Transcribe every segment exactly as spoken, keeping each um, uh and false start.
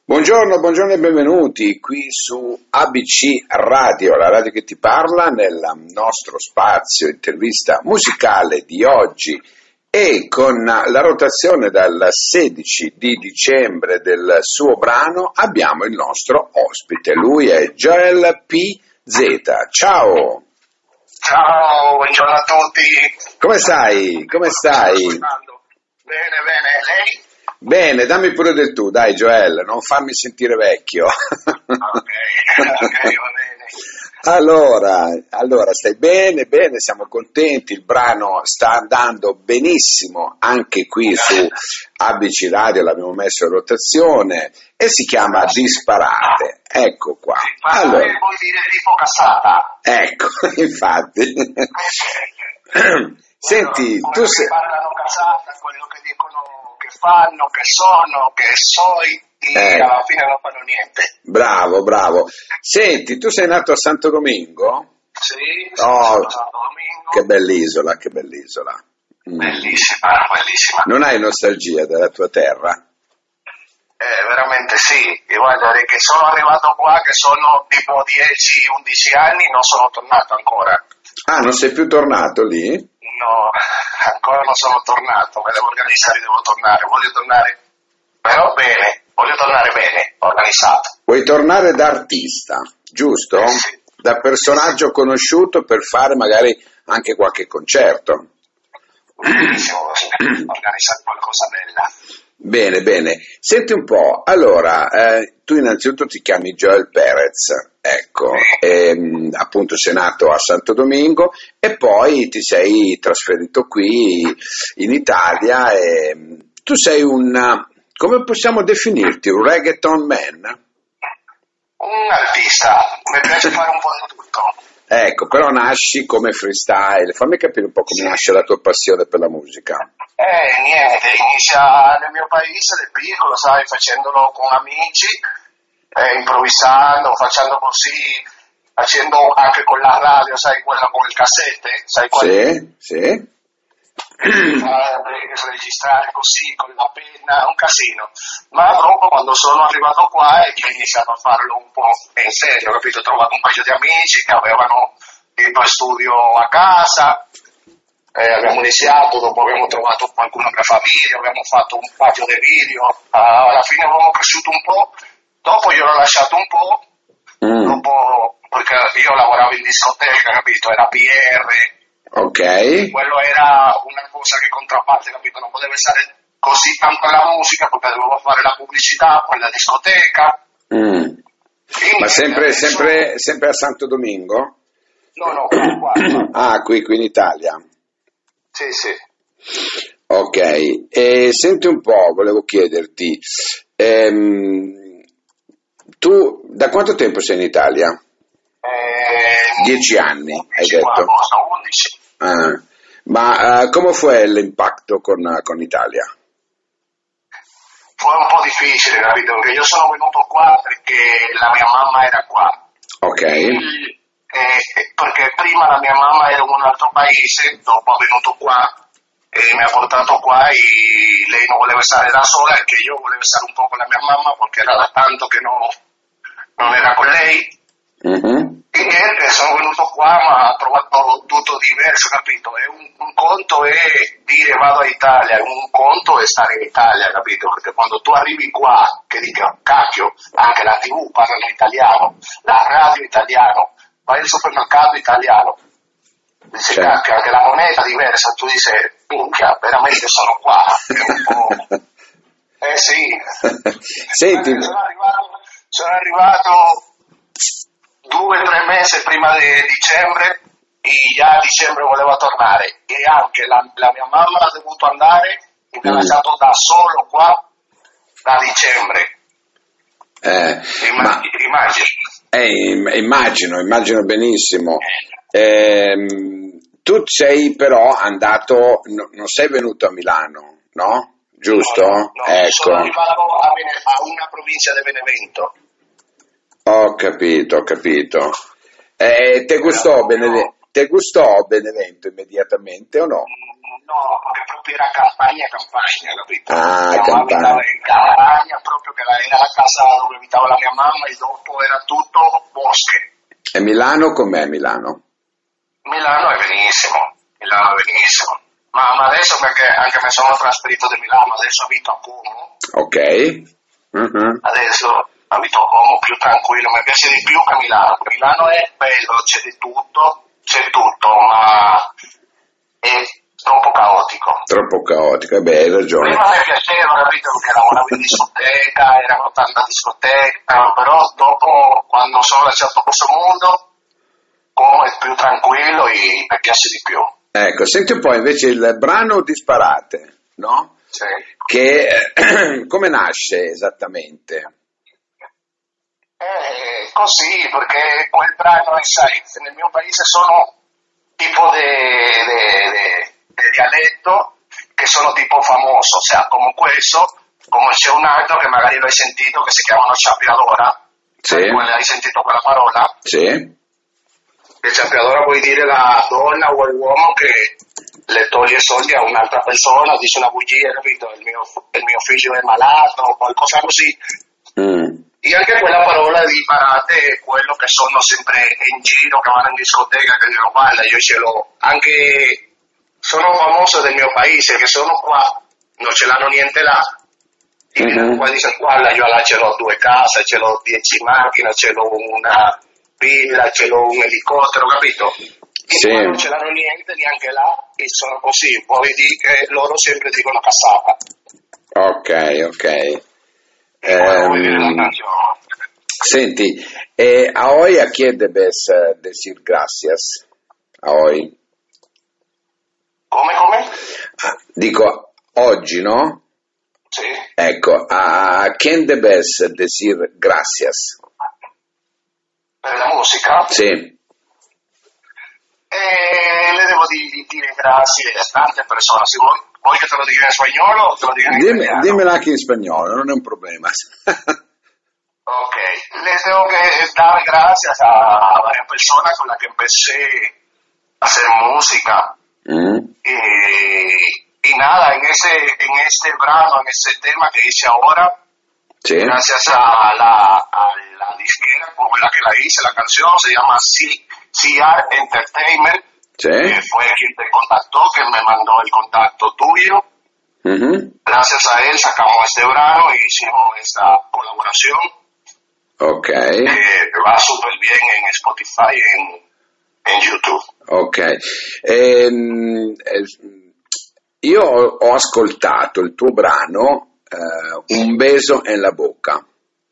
Buongiorno, buongiorno e benvenuti qui su A B C Radio, la radio che ti parla, nel nostro spazio intervista musicale di oggi e con la rotazione dal sedici di dicembre del suo brano abbiamo il nostro ospite, lui è Joel P Z. Ciao! Ciao, buongiorno a tutti. Come stai? Come stai? Bene, bene, lei? Bene, dammi pure del tu, dai Joel, non farmi sentire vecchio. Ok, ok, va bene. Allora, allora, stai bene, bene, siamo contenti, il brano sta andando benissimo anche qui su A B C Radio, l'abbiamo messo in rotazione e si chiama Disparate, ecco qua. Allora, vuol dire tipo cassata. Ecco, infatti. Senti, quello tu che sei... parlano casata, quello che dicono che fanno, che sono, che soi, e Eh. alla fine non fanno niente. Bravo, bravo. Senti, tu sei nato a Santo Domingo? Sì, Oh, sono Santo Domingo. che bell'isola, che bell'isola. Mm. Bellissima, bellissima. Non hai nostalgia della tua terra? Eh, veramente sì, e guarda che sono arrivato qua che sono tipo dieci undici anni, non sono tornato ancora. Ah, non sei più tornato lì? No, ancora non sono tornato, me devo organizzare, devo tornare, voglio tornare, però bene, voglio tornare bene, organizzato. Vuoi tornare da artista, giusto? Eh sì. Da personaggio conosciuto per fare magari anche qualche concerto. Benissimo, così, organizzare qualcosa bella. Bene, bene. Senti un po', allora, eh, tu innanzitutto ti chiami Joel Perez, ecco, ehm, appunto sei nato a Santo Domingo e poi ti sei trasferito qui in Italia e tu sei un, come possiamo definirti, un reggaeton man? Un artista, mi piace fare un po' di tutto. Ecco, però nasci come freestyle, fammi capire un po' come nasce la tua passione per la musica. Eh, niente, inizia nel mio paese, del piccolo, sai, facendolo con amici, eh, improvvisando, facendo così, facendo anche con la radio, sai, quella con il cassette, sai, quella Sì, sì. eh, registrare così con la penna, un casino. Ma dopo quando sono arrivato qua è che ho iniziato a farlo un po' in serio, capito? Ho trovato un paio di amici che avevano il tuo studio a casa. Eh, abbiamo iniziato, dopo abbiamo trovato qualcuno per famiglia, abbiamo fatto un paio di video, uh, alla fine abbiamo cresciuto un po', dopo io l'ho lasciato un po', Mm. dopo perché io lavoravo in discoteca, capito, era P R, Ok. quello era una cosa che contrapparte, capito, non poteva stare così tanto alla musica perché dovevo fare la pubblicità, poi la discoteca. Mm. Quindi, Ma sempre, adesso- sempre, sempre a Santo Domingo? No, no, qua, qua, qua. Ah, qui, qui in Italia. Sì, sì. Ok, e senti un po', volevo chiederti, ehm, tu da quanto tempo sei in Italia? Eh, Dieci anni, hai undici, detto? qualcosa, undici. Ah, ma eh, come fu l'impatto con, con l'Italia? Fu un po' difficile, capito? Perché io sono venuto qua perché la mia mamma era qua. Ok, Eh, perché prima la mia mamma era in un altro paese, dopo è venuto qua e mi ha portato qua e lei non voleva stare da sola e che io volevo stare un po' con la mia mamma perché era da tanto che no, non era con lei. Mhm. E niente, sono venuto qua ma ho trovato tutto diverso, capito? E un, un conto è dire vado all'Italia, un conto è stare in Italia, capito? Perché quando tu arrivi qua, che dici, "Oh, cacchio, anche la tivù parlano italiano, la radio italiano, vai al supermercato italiano, dici, Certo. cacchio, anche la moneta è diversa, tu dici, minchia, veramente sono qua, è un po'... Eh sì, Senti, sono arrivato, sono arrivato due o tre mesi prima di dicembre e già a dicembre volevo tornare e anche la, la mia mamma ha dovuto andare e mi ha Mm. lasciato da solo qua da dicembre. eh, ma Immagini, immagini. eh, im- immagino, immagino benissimo. Ehm, tu sei però andato, no- non sei venuto a Milano, no? Giusto? No, no, no, Ecco. sono arrivato a, Bene- a una provincia di Benevento. Ho capito, ho capito. Eh, te gustò, Era proprio- Beneve- Ti gustò Benevento immediatamente o no? No, perché proprio era campagna, campagna, capito? Ah, Mia mamma campagna. abitava in campagna, proprio che era la casa dove abitava la mia mamma e dopo era tutto bosche. E Milano com'è Milano? Milano è benissimo, Milano è benissimo. Ma, ma adesso perché anche me sono trasferito da Milano, adesso abito a Como. Ok. Mhm. Adesso abito a Como più tranquillo, mi piace di più che Milano. Milano è bello, c'è di tutto, c'è tutto, ma è troppo caotico. Troppo caotico, e beh, hai ragione. Prima mi piaceva, capito, perché lavoravo in discoteca, erano tanta discoteca, però dopo, quando sono lasciato questo mondo, Como è più tranquillo e mi piace di più. Ecco, senti un po' invece il brano Disparate, no? Sì. Che come nasce esattamente? Eh, così, perché quel brano è, sai, nel mio paese sono tipo di dialetto che sono tipo famoso, o sea, come questo, come c'è un altro che magari lo hai sentito che si chiamano Ciappiadora, Sì. hai sentito quella parola? Sì. Il ciappiadora vuol dire la donna o l'uomo che le toglie soldi a un'altra persona, dice una bugia, capito? Il mio, il mio figlio è malato o qualcosa così. Mm. E anche quella parola di parate è quello che sono sempre in giro, che vanno in discoteca, che dicono guarda, io ce l'ho. Anche sono famoso del mio paese, che sono qua, non ce l'hanno niente là. E Mhm. qua dicono guarda, io là ce l'ho due case, ce l'ho dieci macchine, ce l'ho una villa, ce l'ho un elicottero, capito? E Sì. qua non ce l'hanno niente neanche là e sono così, poi di, che loro sempre dicono cassata. Ok, ok. E quello vuol dire la Ehm, canzone. senti, eh, a hoy a quién debes eh, decir gracias? A hoy. Come, come? Ah, dico oggi, no? Sì. Ecco, a quién debes decir gracias? Per la musica? Sì. E le devo di- dire grazie a tante persone. Se vuoi, vuoi che te lo dica in spagnolo o te lo dica in Dimmi, italiano? dimmela anche in spagnolo, non è un problema. Ok, les tengo que dar gracias a varias personas con las que empecé a hacer música. Mm. Y, y nada, en ese, en este brano, en ese tema que hice ahora, Sì. gracias a la, a la disquera con la que la hice, la canción se llama C- CR Entertainment, Sì. que fue quien te contactó, que me mandó el contacto tuyo. Mhm. Gracias a él sacamos este brano y hicimos esta colaboración. Ok, Que va súper bien en Spotify y en, en YouTube. ok. Ehm, eh, io ho, ho ascoltato il tuo brano eh, Un beso en la boca.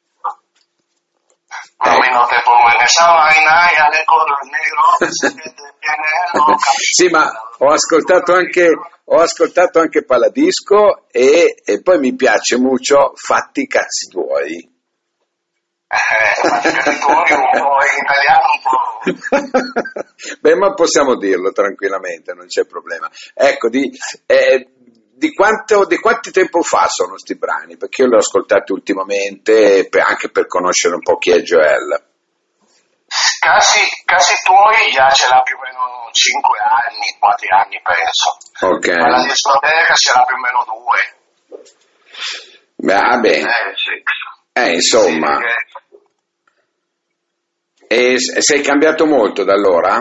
Mami, no te pongo en esa vaina, ya le color negro, sé que te tiene loca. Sì, ma ho ascoltato anche, ho ascoltato anche Paladisco e, e poi mi piace molto Fatti i cazzi tuoi. Eh, ma ti tu un po' in italiano, un po'. Beh, ma possiamo dirlo tranquillamente, non c'è problema. Ecco, di, eh, di, quanto, di quanto tempo fa sono sti brani? Perché io li ho ascoltati ultimamente, per- anche per conoscere un po' chi è Joel. Casi, casi tuoi ya ce l'ha più o meno cinque anni, quattro anni penso. Ok. Ma la discoteca ce l'ha più o meno due. Beh, ah, beh. Eh, sì. Eh, insomma, Sì, perché- e s- sei cambiato molto da allora?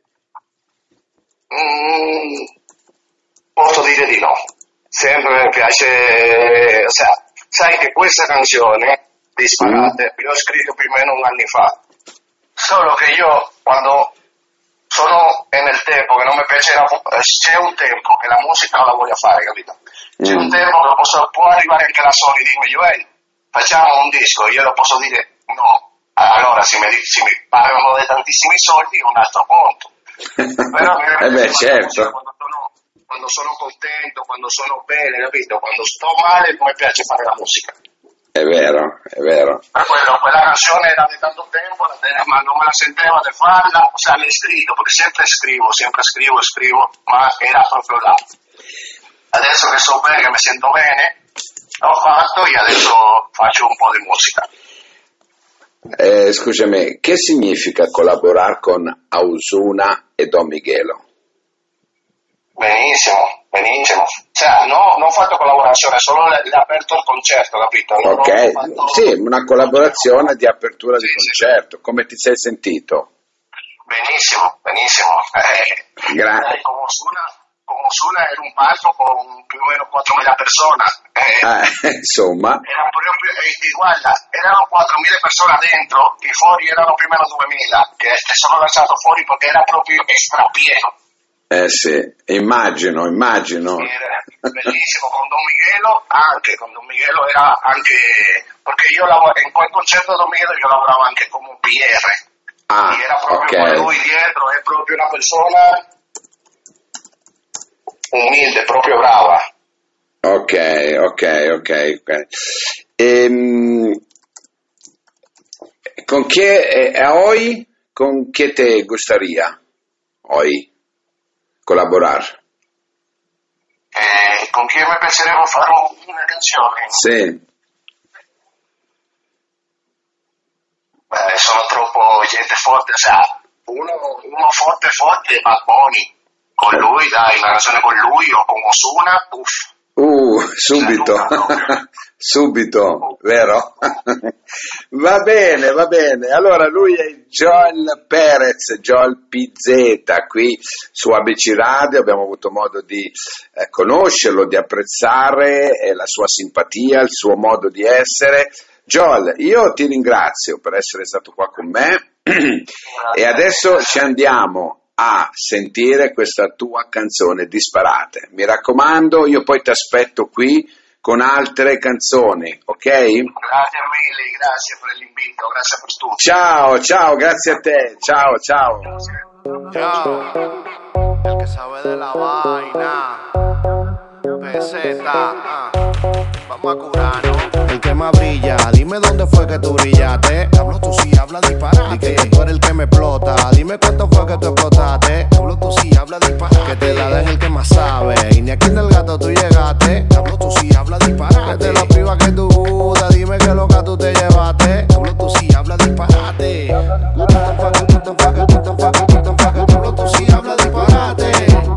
Mm, posso dire di no. Sempre mi piace, o sea, sai che questa canzone, Disparate, l'ho scritto più o meno un anno fa. Solo che io, quando sono nel tempo che non mi piacerà, c'è un tempo che la musica non la voglio fare, capito? C'è Mm. un tempo che posso, può arrivare anche la Sony e dirmi, Joel, facciamo un disco, io lo posso dire no. Allora, se mi, se mi pagano di tantissimi soldi è un altro conto. Però a me Eh beh, piace fare la certo. musica quando sono, quando sono contento, quando sono bene, capito? Quando sto male non mi piace fare la musica. È vero, è vero. Per quello, quella canzone era di tanto tempo, la te- ma non me la sentivo di farla, o sea, l'ho scritto, perché sempre scrivo, sempre scrivo, scrivo, ma era proprio là. Adesso che so bene, che mi sento bene, l'ho fatto e adesso faccio un po' di musica. Eh, scusami, che significa collaborare con Ausuna e Don Miguelo? Benissimo, benissimo. Cioè, no, non ho fatto collaborazione, solo le, le aperto il concerto, capito? Non Ok, fatto... sì, una collaborazione di apertura sì, di sì, concerto. Come ti sei sentito? Benissimo, benissimo. Eh, Gra- dai, con Osuna, con Osuna era un palco con più o meno quattromila persone. Eh, eh, insomma, era proprio, eh, guarda, erano quattromila persone dentro e fuori erano più o meno duemila, che sono lasciato fuori perché era proprio strapieno. eh sì, immagino, immagino. Era bellissimo. Con Don Miguelo anche, con Don Miguelo era anche, perché io lavoro, in quel concerto di Don Miguelo io lavoravo anche come un P R. Ah, era proprio ok. con lui dietro, è proprio una persona umilde, proprio brava. Ok, ok, ok, ok. Ehm, con che eh, hoy con che te gustaría hoy collaborare? Eh, con chi mi piacerebbe fare una canzone? Sì. Beh, sono troppo gente forte, sa. Uno, uno forte forte, Bad Bunny. Con lui, dai, una canzone con lui o con Osuna, uff. Uh, subito, subito, vero? Va bene, va bene. Allora lui è Joel Perez, Joel P Z, qui su A B C Radio, abbiamo avuto modo di eh, conoscerlo, di apprezzare eh, la sua simpatia, il suo modo di essere. Joel, io ti ringrazio per essere stato qua con me e adesso ci andiamo a sentire questa tua canzone Disparate. Mi raccomando, io poi ti aspetto qui con altre canzoni, ok? Grazie mille, grazie per l'invito, grazie per tutto. Ciao, ciao, grazie a te, ciao, ciao. Yo, el que sabe de la vaina, P Z, ah, vamos a curarnos. El que más brilla, dime dónde fue que tú brillaste. Hablo tú si hablas disparate. Di que tú eres el que me explota. Dime cuánto fue que tú explotaste. Hablo tú si hablas disparate. Que te la den el que más sabe. Y ni aquí en el gato tú llegaste. Hablo tú si hablas disparate. Que te la priva que tú gusta. Dime que loca tú te llevaste. Hablo tú si hablas disparate. Hablo tú si hablas disparate.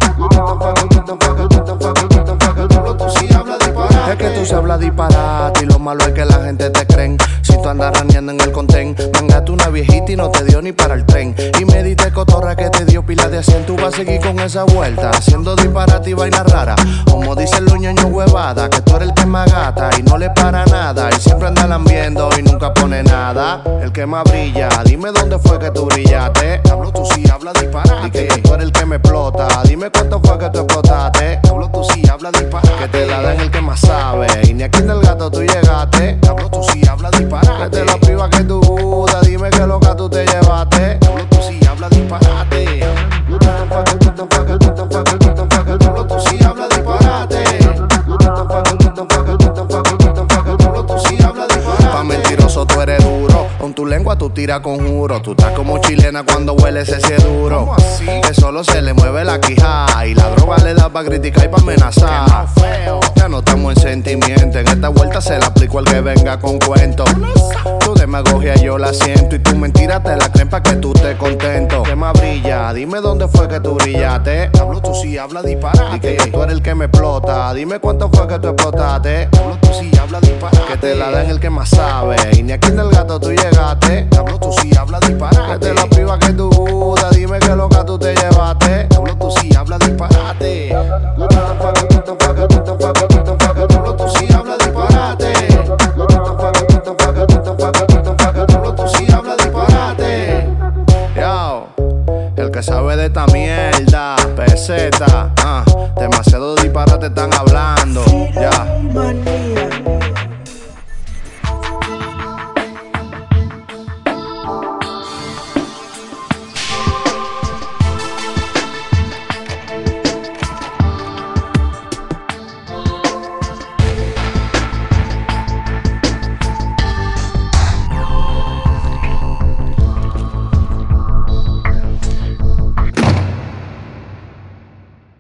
Es que tú se habla disparate y lo malo es que la gente te creen. Si tú andas raneando en el contén, mangaste una viejita y no te dio ni para el tren. Y me diste cotorra que te dio pila de asiento. Tú vas a seguir con esa vuelta, haciendo disparate y vaina rara. Como dicen los ñoños huevada, que tú eres el que más gata y no le para nada. Y siempre anda lambiendo y nunca pone nada. El que más brilla, dime dónde fue que tú brillaste. Hablo tú si hablas disparate. Y que tú eres el que me explota. Dime cuánto fue que tú explotaste. Hablo tú si hablas disparate. Que te la den el que más sabe. Y ni aquí en el gato tú llegaste. Hablo tú si hablas disparate. Que te la priva que tú gusta. Dime que loca tú te llevaste. Hablo tú si hablas disparate. Hablo tú si hablas disparate. Hablo tú si hablas disparate. Pa' mentiroso tú eres duro. Con tu lengua tú tiras conjuro. Tú estás como chilena cuando hueles ese duro. ¿Cómo así? Que solo se le mueve la quijada. Y la droga le da pa' criticar y pa' amenazar. Ya no estamos en sentimiento. En esta vuelta se la aplico al que venga con cuento. Tu demagogia yo la siento. Y tu mentira te la creen pa' que tú estés contento. ¿Qué más brilla? Dime dónde fue que tú brillaste. Hablo tú si hablas disparate. Y que tú eres el que me explota. Dime cuánto fue que tú explotaste. Hablo tú si hablas disparate. Que te la den el que más sabe. Y ni aquí en el gato tú llegaste. Hablo tú si hablas disparate. Que te la priva que tú gusta. Dime que loca tú te llevaste. Hablo tú si hablas disparate. Hablo tú si hablas disparate. Hablo tú si hablas disparate. Yo, el que sabe de esta mierda, P Z, ah, demasiado disparate están hablando.